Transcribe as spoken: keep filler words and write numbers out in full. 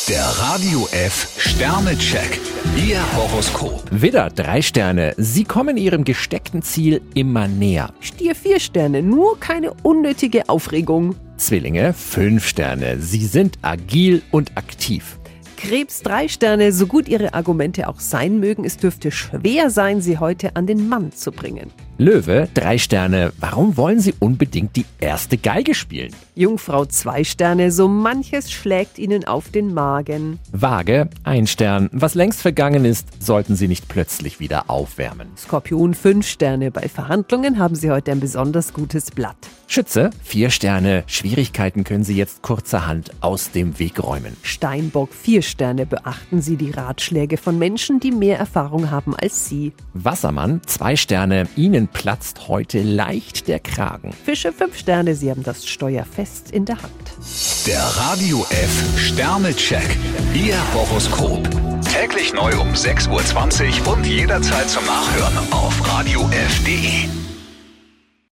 Der Radio F Sternecheck. Ihr Horoskop. Widder, drei Sterne. Sie kommen Ihrem gesteckten Ziel immer näher. Stier, vier Sterne, nur keine unnötige Aufregung. Zwillinge, fünf Sterne. Sie sind agil und aktiv. Krebs, drei Sterne, so gut Ihre Argumente auch sein mögen, es dürfte schwer sein, sie heute an den Mann zu bringen. Löwe, drei Sterne. Warum wollen Sie unbedingt die erste Geige spielen? Jungfrau, zwei Sterne, so manches schlägt Ihnen auf den Magen. Waage, ein Stern. Was längst vergangen ist, sollten Sie nicht plötzlich wieder aufwärmen. Skorpion, fünf Sterne, bei Verhandlungen haben Sie heute ein besonders gutes Blatt. Schütze, vier Sterne. Schwierigkeiten können Sie jetzt kurzerhand aus dem Weg räumen. Steinbock, vier Sterne, beachten Sie die Ratschläge von Menschen, die mehr Erfahrung haben als Sie. Wassermann, zwei Sterne. Ihnen platzt heute leicht der Kragen. Fische, fünf Sterne, Sie haben das Steuer fest in der Hand. Der Radio F Sternecheck. Ihr Horoskop. Täglich neu um sechs Uhr zwanzig und jederzeit zum Nachhören auf